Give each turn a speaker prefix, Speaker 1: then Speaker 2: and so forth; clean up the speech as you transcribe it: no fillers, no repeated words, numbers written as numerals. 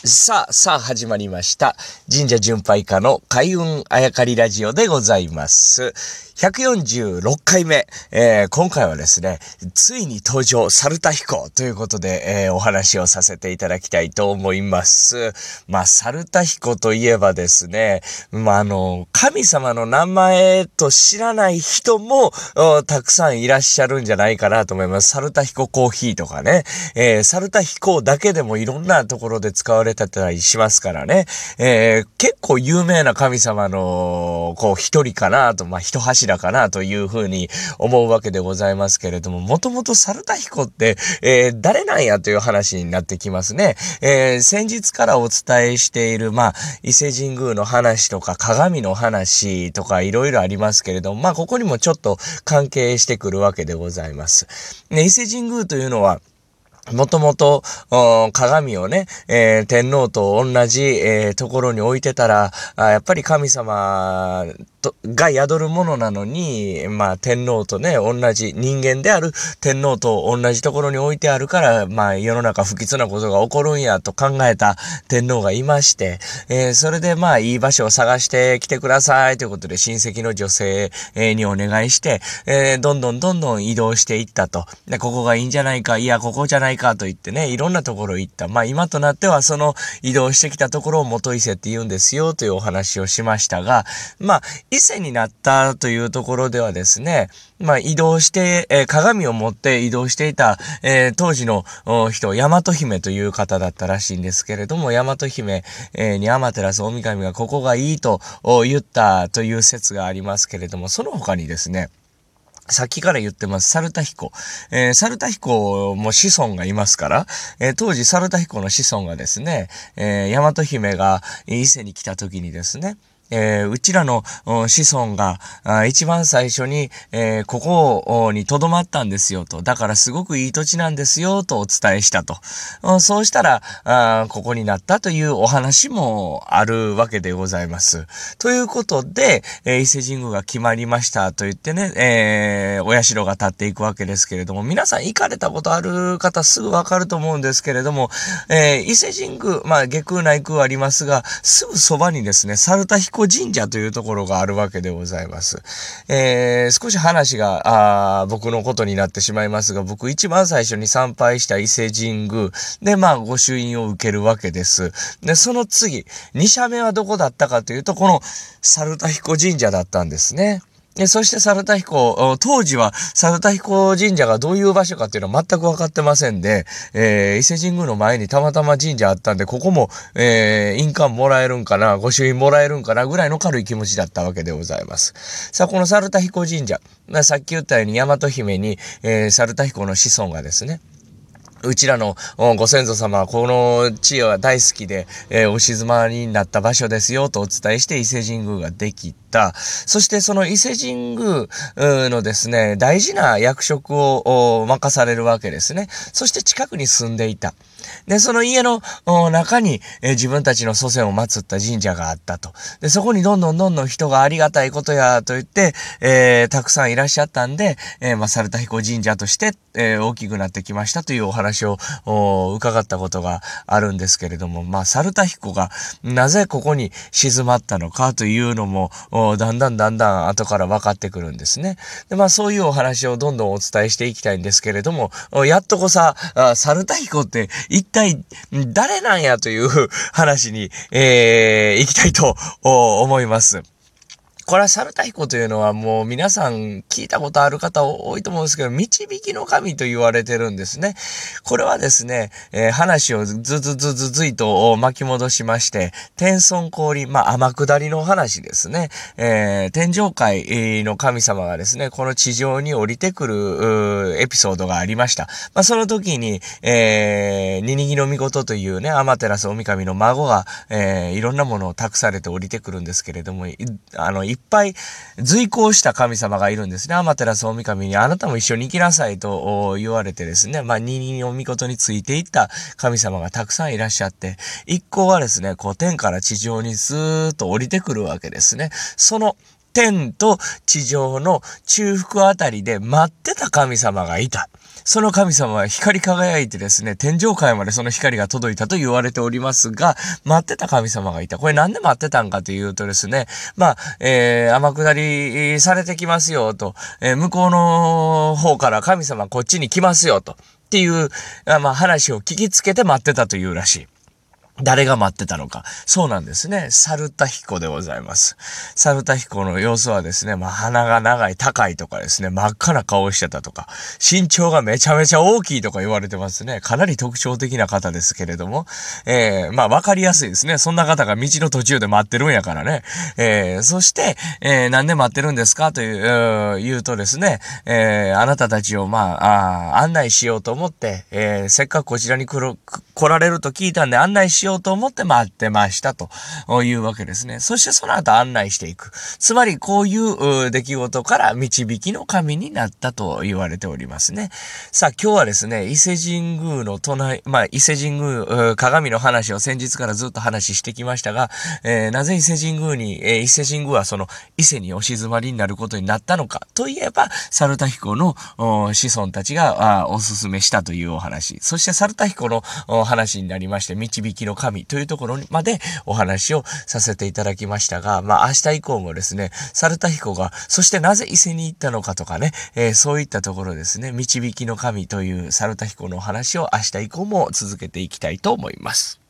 Speaker 1: さあ始まりました。神社巡拝家の開運あやかりラジオでございます。146回目。今回はですね、ついに登場、猿田彦ということで、お話をさせていただきたいと思います。猿田彦といえばですね、神様の名前と知らない人も、たくさんいらっしゃるんじゃないかなと思います。猿田彦コーヒーとかね、猿田彦だけでもいろんなところで使われてたりしますからね、結構有名な神様の、一人かなと、一柱かなというふうに思うわけでございますけれども、もともと猿田彦って、誰なんやという話になってきますね。先日からお伝えしている、伊勢神宮の話とか鏡の話とかいろいろありますけれども、ここにもちょっと関係してくるわけでございます。伊勢神宮というのは、もともと、鏡をね、天皇と同じ、ところに置いてたら、やっぱり神様が宿るものなのに、天皇とね、同じ人間である天皇と同じところに置いてあるから、世の中不吉なことが起こるんやと考えた天皇がいまして、それでいい場所を探してきてくださいということで親戚の女性にお願いして、どんどん移動していったと。で、ここがいいんじゃないか、いや、ここじゃないかと言ってね、いろんなところ行った。今となってはその移動してきたところを元伊勢って言うんですよというお話をしましたが、伊勢になったというところではですね、移動して、鏡を持って移動していた、当時の人、大和姫という方だったらしいんですけれども、大和姫、に天照大神がここがいいと言ったという説がありますけれども、その他にですね、さっきから言ってます、猿田彦。猿田彦も子孫がいますから、当時猿田彦の子孫がですね、大和姫が伊勢に来た時にですね、うちらの子孫が一番最初に、ここに留まったんですよと。だからすごくいい土地なんですよとお伝えしたと。そうしたらここになったというお話もあるわけでございます。ということで、伊勢神宮が決まりましたと言ってね、お社が建っていくわけですけれども、皆さん行かれたことある方すぐわかると思うんですけれども、伊勢神宮、下宮内宮ありますが、すぐそばにですね、猿田彦神社というところがあるわけでございます。少し話が僕のことになってしまいますが、僕一番最初に参拝した伊勢神宮で御朱印を受けるわけです。で、その次、2社目はどこだったかというと、この猿田彦神社だったんですね。そして猿田彦、当時は猿田彦神社がどういう場所かっていうのは全く分かってませんで、伊勢神宮の前にたまたま神社あったんで、ここも、印鑑もらえるんかな、御朱印もらえるんかなぐらいの軽い気持ちだったわけでございます。さあ、この猿田彦神社、さっき言ったように大和姫に、猿田彦の子孫がですね、うちらのご先祖様はこの地は大好きで、お静まりになった場所ですよとお伝えして伊勢神宮ができた。そしてその伊勢神宮のですね、大事な役職を任されるわけですね。そして近くに住んでいた。で、その家の中に、自分たちの祖先を祀った神社があったと。で、そこにどんどん人がありがたいことやと言って、たくさんいらっしゃったんで、猿田彦神社として、大きくなってきましたというお話を伺ったことがあるんですけれども、猿田彦がなぜここに静まったのかというのも、だんだん後から分かってくるんですね。で、そういうお話をどんどんお伝えしていきたいんですけれども、やっとこさ、猿田彦って一体誰なんやという話に、行きたいと思います。これは猿田彦というのはもう皆さん聞いたことある方多いと思うんですけど、導きの神と言われてるんですね。これはですね、話をずいと巻き戻しまして、天孫降臨、天下りの話ですね。天上界の神様がですね、この地上に降りてくるエピソードがありました。その時に、ニニギノミコトというね、天照大神の孫が、いろんなものを託されて降りてくるんですけれども、いっぱい随行した神様がいるんですね。天照大神にあなたも一緒に行きなさいと言われてですね、ニニの御事についていった神様がたくさんいらっしゃって、一行はですね、天から地上にスーッと降りてくるわけですね。その天と地上の中腹あたりで待ってた神様がいた。 その神様は光り輝いてですね、天上界までその光が届いたと言われておりますが、待ってた神様がいた。これなんで待ってたんかというとですね、天下りされてきますよと、向こうの方から神様こっちに来ますよと、っていう、話を聞きつけて待ってたというらしい。誰が待ってたのか。そうなんですね。猿田彦でございます。猿田彦の様子はですね、鼻が長い、高いとかですね、真っ赤な顔をしてたとか、身長がめちゃめちゃ大きいとか言われてますね。かなり特徴的な方ですけれども、わかりやすいですね。そんな方が道の途中で待ってるんやからね。そして、なんで待ってるんですかと言うとですね、あなたたちを案内しようと思って、せっかくこちらに来られると聞いたんで案内しようと思って待ってましたというわけですね。そしてその後案内していく。つまりこういう出来事から導きの神になったと言われておりますね。さあ今日はですね、伊勢神宮の伊勢神宮鏡の話を先日からずっと話してきましたが、なぜ伊勢神宮はその伊勢にお静まりになることになったのかといえば、猿田彦の子孫たちがおすすめしたというお話。そして猿田彦の話になりまして、導きの神というところまでお話をさせていただきましたが、明日以降もですね、猿田彦が、そしてなぜ伊勢に行ったのかとかね、そういったところですね、導きの神という猿田彦のお話を明日以降も続けていきたいと思います。